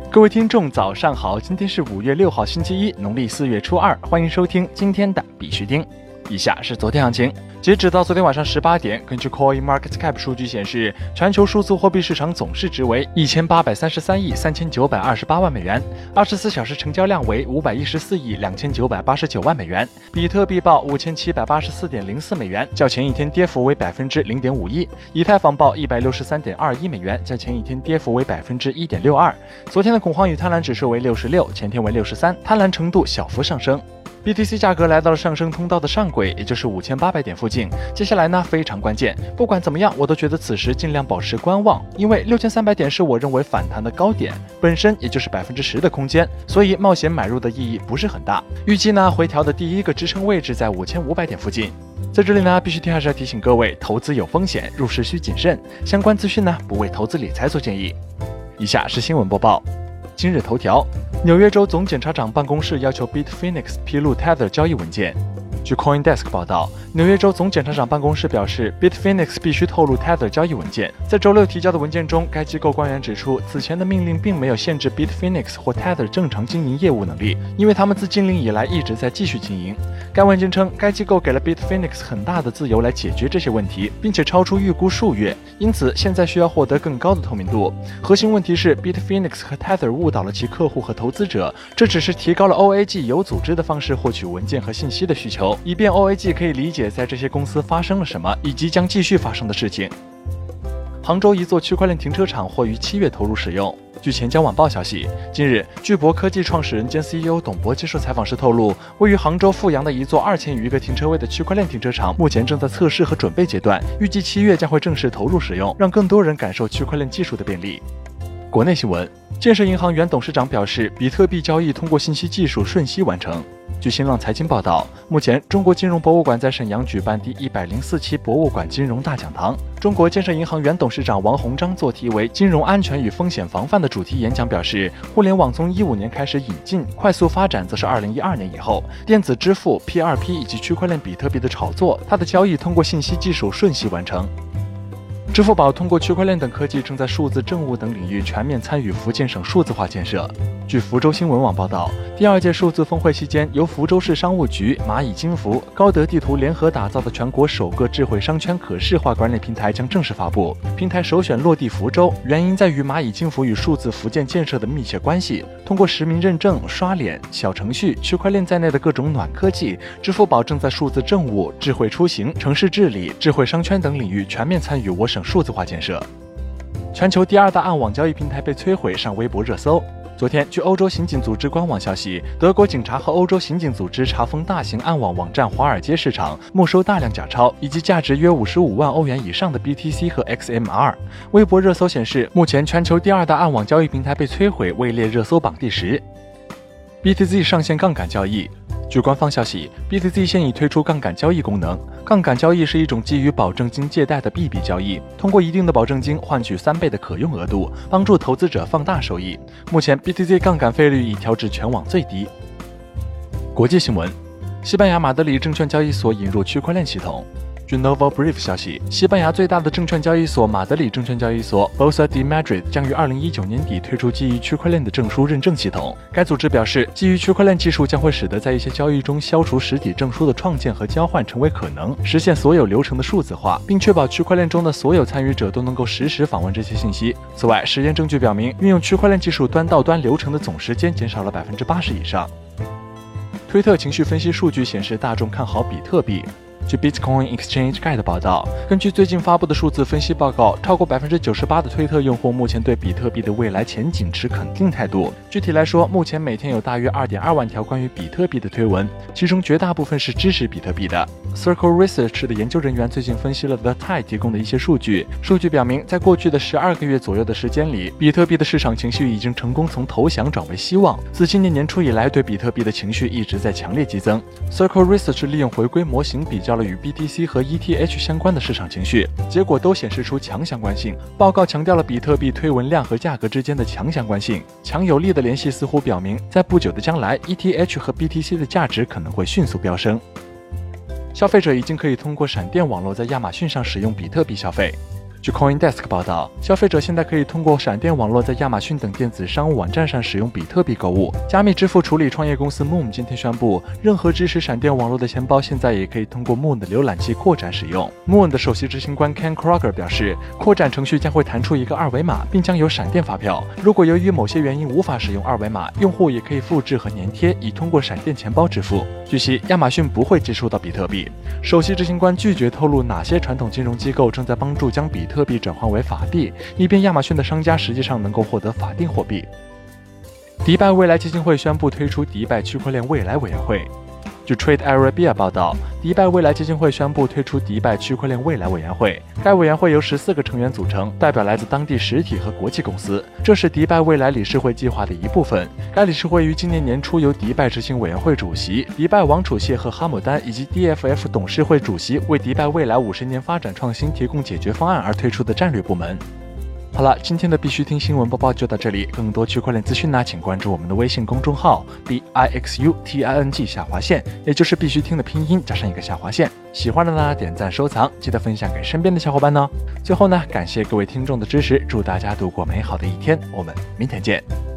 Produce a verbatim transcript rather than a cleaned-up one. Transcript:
各位听众，早上好！今天是五月六号，星期一，农历四月初二，欢迎收听今天的必须听。以下是昨天行情，截止到昨天晚上十八点，根据 CoinMarketCap 数据显示，全球数字货币市场总市值为一千八百三十三亿三千九百二十八万美元，二十四小时成交量为五百一十四亿两千九百八十九万美元。比特币报五千七百八十四点零四美元，较前一天跌幅为百分之零点五一；以太坊报一百六十三点二一美元，较前一天跌幅为百分之一点六二。昨天的恐慌与贪婪指数为六十六，前天为六十三，贪婪程度小幅上升。B T C 价格来到了上升通道的上轨，也就是五千八百点附近。接下来呢非常关键，不管怎么样，我都觉得此时尽量保持观望，因为六千三百点是我认为反弹的高点，本身也就是百分之十的空间，所以冒险买入的意义不是很大。预计呢回调的第一个支撑位置在五千五百点附近。在这里呢，必须听还是要提醒各位，投资有风险，入市需谨慎。相关资讯呢不为投资理财做建议。以下是新闻播报。今日头条，纽约州总检察长办公室要求 Bitfinex 披露 Tether 交易文件。据 CoinDesk 报道，纽约州总检察长办公室表示 ，Bitfinex 必须透露 Tether 交易文件。在周六提交的文件中，该机构官员指出，此前的命令并没有限制 Bitfinex 或 Tether 正常经营业务能力，因为他们自禁令以来一直在继续经营。该文件称，该机构给了 Bitfinex 很大的自由来解决这些问题，并且超出预估数月，因此现在需要获得更高的透明度。核心问题是 Bitfinex 和 Tether 误导了其客户和投资者，这只是提高了 O A G 有组织的方式获取文件和信息的需求，以便 O A G 可以理解在这些公司发生了什么，以及将继续发生的事情。杭州一座区块链停车场或于七月投入使用。据钱江晚报消息，近日，巨博科技创始人兼 C E O 董博接受采访时透露，位于杭州富阳的一座二千余个停车位的区块链停车场，目前正在测试和准备阶段，预计七月将会正式投入使用，让更多人感受区块链技术的便利。国内新闻，建设银行原董事长表示，比特币交易通过信息技术瞬息完成。据新浪财经报道，目前中国金融博物馆在沈阳举办第一百零四期博物馆金融大讲堂。中国建设银行原董事长王洪章做题为“金融安全与风险防范”的主题演讲表示，互联网从一五年开始引进，快速发展则是二零一二年以后。电子支付、P 二 P 以及区块链比特币的炒作，它的交易通过信息技术瞬息完成。支付宝通过区块链等科技，正在数字政务等领域全面参与福建省数字化建设。据福州新闻网报道，第二届数字峰会期间，由福州市商务局、蚂蚁金服、高德地图联合打造的全国首个智慧商圈可视化管理平台将正式发布。平台首选落地福州，原因在于蚂蚁金服与数字福建建设的密切关系。通过实名认证、刷脸、小程序、区块链在内的各种暖科技，支付宝正在数字政务、智慧出行、城市治理、智慧商圈等领域全面参与我省数字化建设。全球第二大暗网交易平台被摧毁上微博热搜。昨天，据欧洲刑警组织官网消息，德国警察和欧洲刑警组织查封大型暗网网站华尔街市场，没收大量假钞以及价值约五十五万欧元以上的 B T C 和 X M R。微博热搜显示，目前全球第二大暗网交易平台被摧毁，位列热搜榜第十。B T C 上线杠杆交易。据官方消息 ，B T C 现已推出杠杆交易功能。杠杆交易是一种基于保证金借贷的币币交易，通过一定的保证金换取三倍的可用额度，帮助投资者放大收益。目前 B T C 杠杆费率已调至全网最低。国际新闻，西班牙马德里证券交易所引入区块链系统。据 Novo Brief 消息，西班牙最大的证券交易所马德里证券交易所 Bolsa de Madrid 将于二零一九年底推出基于区块链的证书认证系统。该组织表示，基于区块链技术将会使得在一些交易中消除实体证书的创建和交换成为可能，实现所有流程的数字化，并确保区块链中的所有参与者都能够实时访问这些信息。此外，实验证据表明，运用区块链技术端到端流程的总时间减少了百分之八十以上。推特情绪分析数据显示，大众看好比特币。据 Bitcoin Exchange Guide 报道，根据最近发布的数字分析报告，超过 百分之九十八 的推特用户目前对比特币的未来前景持肯定态度。具体来说，目前每天有大约 二点二万条关于比特币的推文，其中绝大部分是支持比特币的。Circle Research 的研究人员最近分析了 The Tide 提供的一些数据，数据表明，在过去的十二个月左右的时间里，比特币的市场情绪已经成功从投降转为希望。自今年年初以来，对比特币的情绪一直在强烈激增。Circle Research 利用回归模型比较了与 B T C 和 E T H 相关的市场情绪，结果都显示出强相关性。报告强调了比特币推文量和价格之间的强相关性，强有力的联系似乎表明，在不久的将来 ，E T H 和 B T C 的价值可能会迅速飙升。消费者已经可以通过闪电网络在亚马逊上使用比特币消费。 据 CoinDesk 报道，消费者现在可以通过闪电网络在亚马逊等电子商务网站上使用比特币购物。加密支付处理创业公司 Moon 今天宣布，任何支持闪电网络的钱包现在也可以通过 Moon 的浏览器扩展使用。Moon 的首席执行官 Ken Kroger 表示，扩展程序将会弹出一个二维码，并将有闪电发票。如果由于某些原因无法使用二维码，用户也可以复制和粘贴，以通过闪电钱包支付。据悉，亚马逊不会接收到比特币。首席执行官拒绝透露哪些传统金融机构正在帮助将比特币转换为法币，以便亚马逊的商家实际上能够获得法定货币。迪拜未来基金会宣布推出迪拜区块链未来委员会。据 Trade Arabia 报道，迪拜未来基金会宣布推出迪拜区块链未来委员会。该委员会由十四个成员组成，代表来自当地实体和国际公司。这是迪拜未来理事会计划的一部分。该理事会于今年年初由迪拜执行委员会主席、迪拜王储谢赫哈姆丹以及 D F F 董事会主席为迪拜未来五十年发展创新提供解决方案而推出的战略部门。好了，今天的必须听新闻播报就到这里。更多区块链资讯呢，请关注我们的微信公众号 b i x u t i n g 下划线，也就是必须听的拼音加上一个下划线。喜欢的呢，点赞收藏，记得分享给身边的小伙伴呢。最后呢，感谢各位听众的支持，祝大家度过美好的一天，我们明天见。